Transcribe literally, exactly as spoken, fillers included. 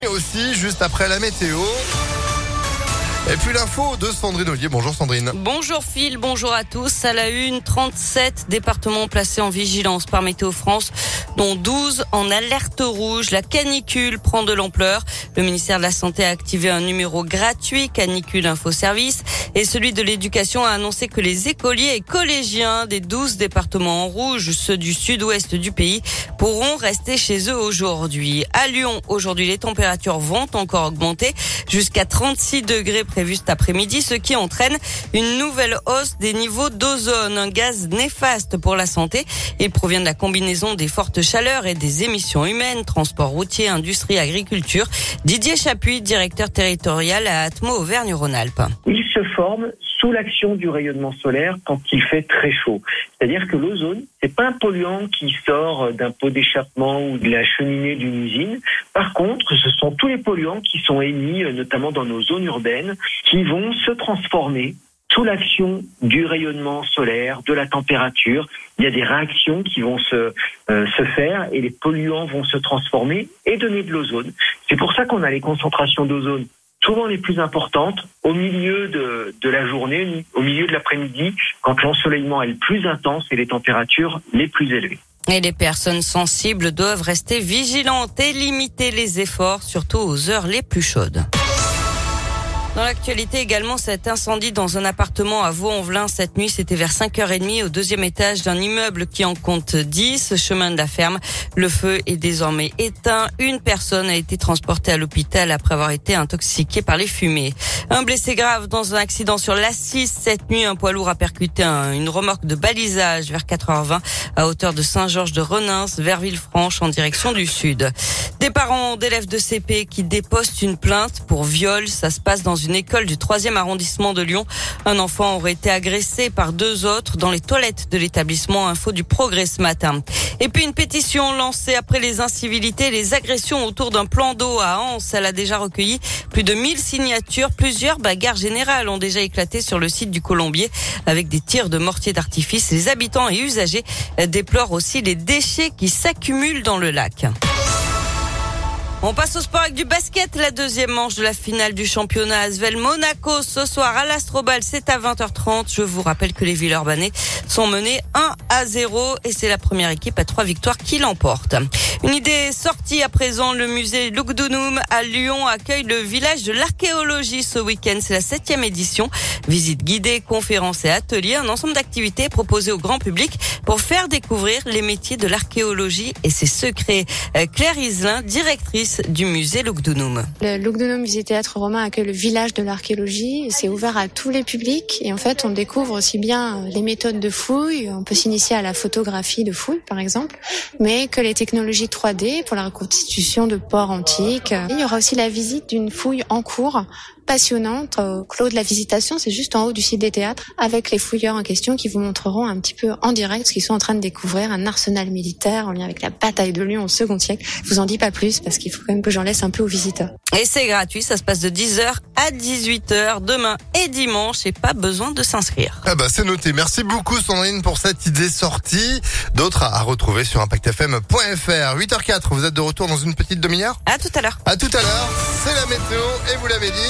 Et aussi, juste après la météo. Et puis l'info de Sandrine Ollier. Bonjour Sandrine. Bonjour Phil, bonjour à tous. À la une, trente-sept départements placés en vigilance par Météo France, dont douze en alerte rouge. La canicule prend de l'ampleur. Le ministère de la Santé a activé un numéro gratuit, Canicule Info Service. Et celui de l'Éducation a annoncé que les écoliers et collégiens des douze départements en rouge, ceux du sud-ouest du pays, pourront rester chez eux aujourd'hui. À Lyon, aujourd'hui, les températures vont encore augmenter jusqu'à trente-six degrés prévu cet après-midi, ce qui entraîne une nouvelle hausse des niveaux d'ozone, un gaz néfaste pour la santé. Il provient de la combinaison des fortes chaleurs et des émissions humaines, transport routier, industrie, agriculture. Didier Chapuis, directeur territorial à Atmo Auvergne-Rhône-Alpes. Il se forme sous l'action du rayonnement solaire quand il fait très chaud. C'est-à-dire que l'ozone, c'est pas un polluant qui sort d'un pot d'échappement ou de la cheminée d'une usine. Par contre, ce sont tous les polluants qui sont émis, notamment dans nos zones urbaines, qui vont se transformer sous l'action du rayonnement solaire, de la température. Il y a des réactions qui vont se, euh, se faire et les polluants vont se transformer et donner de l'ozone. C'est pour ça qu'on a les concentrations d'ozone souvent les plus importantes au milieu de, de la journée, au milieu de l'après-midi, quand l'ensoleillement est le plus intense et les températures les plus élevées. Et les personnes sensibles doivent rester vigilantes et limiter les efforts, surtout aux heures les plus chaudes. Dans l'actualité également, cet incendie dans un appartement à Vaux-en-Velin cette nuit, c'était vers cinq heures trente au deuxième étage d'un immeuble qui en compte dix, chemin de la Ferme. Le feu est désormais éteint. Une personne a été transportée à l'hôpital après avoir été intoxiquée par les fumées. Un blessé grave dans un accident sur l'A six cette nuit. Un poids lourd a percuté un, une remorque de balisage vers quatre heures vingt à hauteur de Saint-Georges-de-Renins vers Villefranche en direction du sud. Des parents d'élèves de C P qui déposent une plainte pour viol. Ça se passe dans une école du troisième arrondissement de Lyon. Un enfant aurait été agressé par deux autres dans les toilettes de l'établissement. Info du Progrès ce matin. Et puis une pétition lancée après les incivilités et les agressions autour d'un plan d'eau à Anse. Elle a déjà recueilli plus de mille signatures. Plusieurs bagarres générales ont déjà éclaté sur le site du Colombier avec des tirs de mortier d'artifice. Les habitants et usagers déplorent aussi les déchets qui s'accumulent dans le lac. On passe au sport avec du basket, la deuxième manche de la finale du championnat Asvel Monaco ce soir à l'Astrobal, c'est à vingt heures trente. Je vous rappelle que les Villeurbanais sont menés un à zéro et c'est la première équipe à trois victoires qui l'emporte. Une idée sortie à présent, le musée Lugdunum à Lyon accueille le village de l'archéologie ce week-end. C'est la septième édition. Visite guidée, conférences et ateliers, un ensemble d'activités proposées au grand public pour faire découvrir les métiers de l'archéologie et ses secrets. Claire Iselin, directrice du musée Lugdunum. Le Lugdunum Musée Théâtre Romain accueille le village de l'archéologie. C'est ouvert à tous les publics et en fait on découvre aussi bien les méthodes de fouille, on peut s'initier à la photographie de fouille par exemple, mais que les technologies trois D pour la reconstitution de ports antiques. Il y aura aussi la visite d'une fouille en cours passionnante au clos de la Visitation, c'est juste en haut du site des théâtres, avec les fouilleurs en question qui vous montreront un petit peu en direct ce qu'ils sont en train de découvrir, un arsenal militaire en lien avec la bataille de Lyon au second siècle. Je vous en dis pas plus parce qu'il faut quand même que j'en laisse un peu aux visiteurs. Et c'est gratuit, ça se passe de dix heures à dix-huit heures demain et dimanche et pas besoin de s'inscrire. Ah bah c'est noté. Merci beaucoup Sandrine pour cette idée sortie. D'autres à retrouver sur impact f m point f r. huit heures zéro quatre, vous êtes de retour dans une petite demi-heure ? À tout à l'heure. À tout à l'heure, c'est la météo et vous l'avez dit.